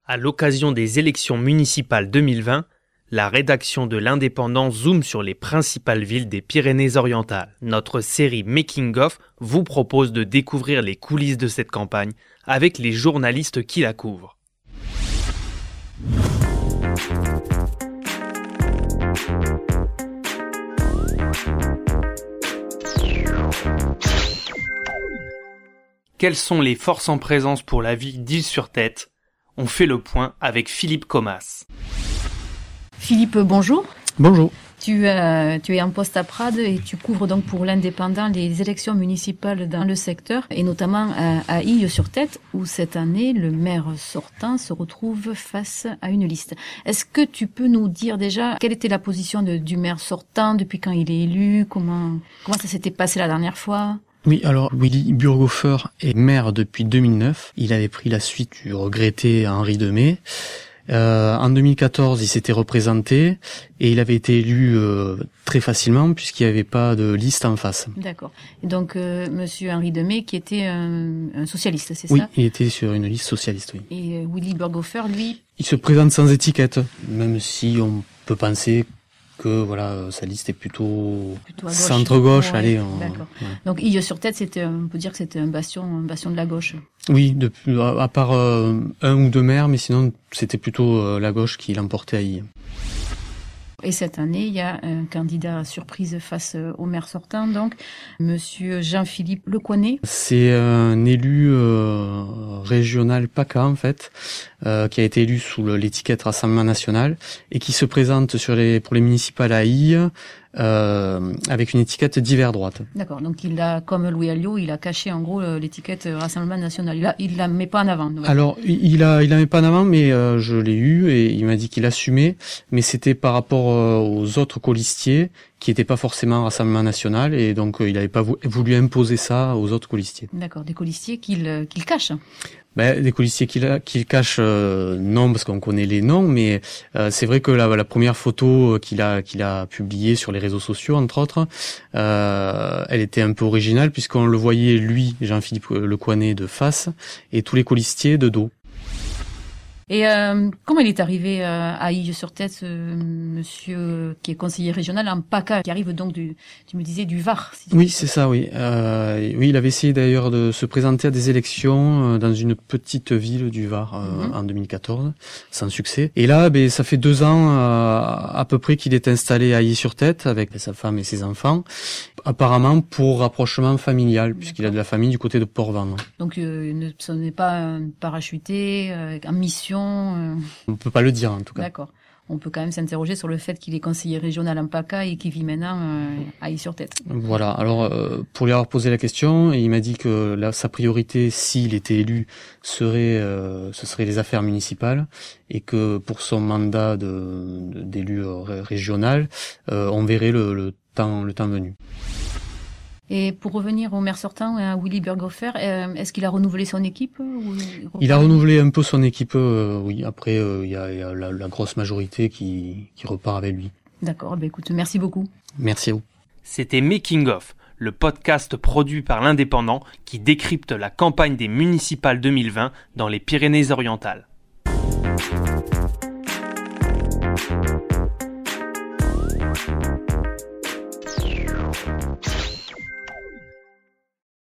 À l'occasion des élections municipales 2020, la rédaction de l'Indépendant zoome sur les principales villes des Pyrénées-Orientales. Notre série Making of vous propose de découvrir les coulisses de cette campagne avec les journalistes qui la couvrent. Quelles sont les forces en présence pour la ville d'Isle-sur-Tête ? On fait le point avec Philippe Comas. Philippe, bonjour. Bonjour. Tu es en poste à Prades et tu couvres donc pour l'Indépendant les élections municipales dans le secteur et notamment à Isle-sur-Tête où cette année le maire sortant se retrouve face à une liste. Est-ce que tu peux nous dire déjà quelle était la position du maire sortant, depuis quand il est élu, comment ça s'était passé la dernière fois ? Oui, alors Willy Burghofer est maire depuis 2009. Il avait pris la suite du regretté Henri Demey. En 2014, il s'était représenté et il avait été élu très facilement puisqu'il n'y avait pas de liste en face. D'accord. Et donc, monsieur Henri Demey qui était un socialiste, c'est Oui, ça ? il était sur une liste socialiste, oui. Et Willy Burghofer, lui ? Il se présente sans étiquette, même si on peut penser que voilà, sa liste est plutôt centre-gauche. Ouais, allez. D'accord. Ouais. Donc Isle-sur-Tête, on peut dire que c'était un bastion de la gauche. Oui, à part un ou deux maires, mais sinon c'était plutôt la gauche qui l'emportait à Isle. Et cette année, il y a un candidat surprise face au maire sortant, donc monsieur Jean-Philippe Lecoinet. C'est un élu régional PACA en fait, qui a été élu sous l'étiquette Rassemblement National et qui se présente pour les municipales à Isle avec une étiquette divers droite. D'accord, donc il a, comme Louis Alliot, il a caché en gros l'étiquette Rassemblement National. Il la met pas en avant. Ouais. Alors il la met pas en avant, mais je l'ai eu et il m'a dit qu'il assumait, mais c'était par rapport aux autres colistiers qui n'étaient pas forcément Rassemblement National et donc il n'avait pas voulu imposer ça aux autres colistiers. D'accord, des colistiers qu'il cache. Des colistiers qu'il cache, non, parce qu'on connaît les noms, mais c'est vrai que la première photo qu'il a publiée sur les réseaux sociaux, entre autres, elle était un peu originale puisqu'on le voyait lui, Jean-Philippe Lecoinet, de face et tous les colistiers de dos. Et comment il est arrivé à Isle-sur-Tête, monsieur qui est conseiller régional en PACA, qui arrive donc tu me disais du Var. Oui, c'est ça, oui. Oui, il avait essayé d'ailleurs de se présenter à des élections dans une petite ville du Var en 2014, sans succès. Et là, ça fait 2 ans à peu près qu'il est installé à Isle-sur-Tête avec sa femme et ses enfants, apparemment pour rapprochement familial, puisqu'il a de la famille du côté de Port-Vendres. Donc ce n'est pas un parachuté en mission. On peut pas le dire en tout cas. D'accord. On peut quand même s'interroger sur le fait qu'il est conseiller régional en PACA et qu'il vit maintenant à Isle-sur-Tête. Voilà. Alors, pour lui avoir posé la question, il m'a dit que sa priorité, s'il était élu, ce serait les affaires municipales et que pour son mandat d'élu régional, on verrait le temps venu. Et pour revenir au maire sortant, à Willy Burghofer, est-ce qu'il a renouvelé son équipe Il a renouvelé un peu son équipe, oui. Après, il y a la grosse majorité qui repart avec lui. D'accord, écoute, merci beaucoup. Merci à vous. C'était Making of, le podcast produit par l'Indépendant qui décrypte la campagne des municipales 2020 dans les Pyrénées-Orientales.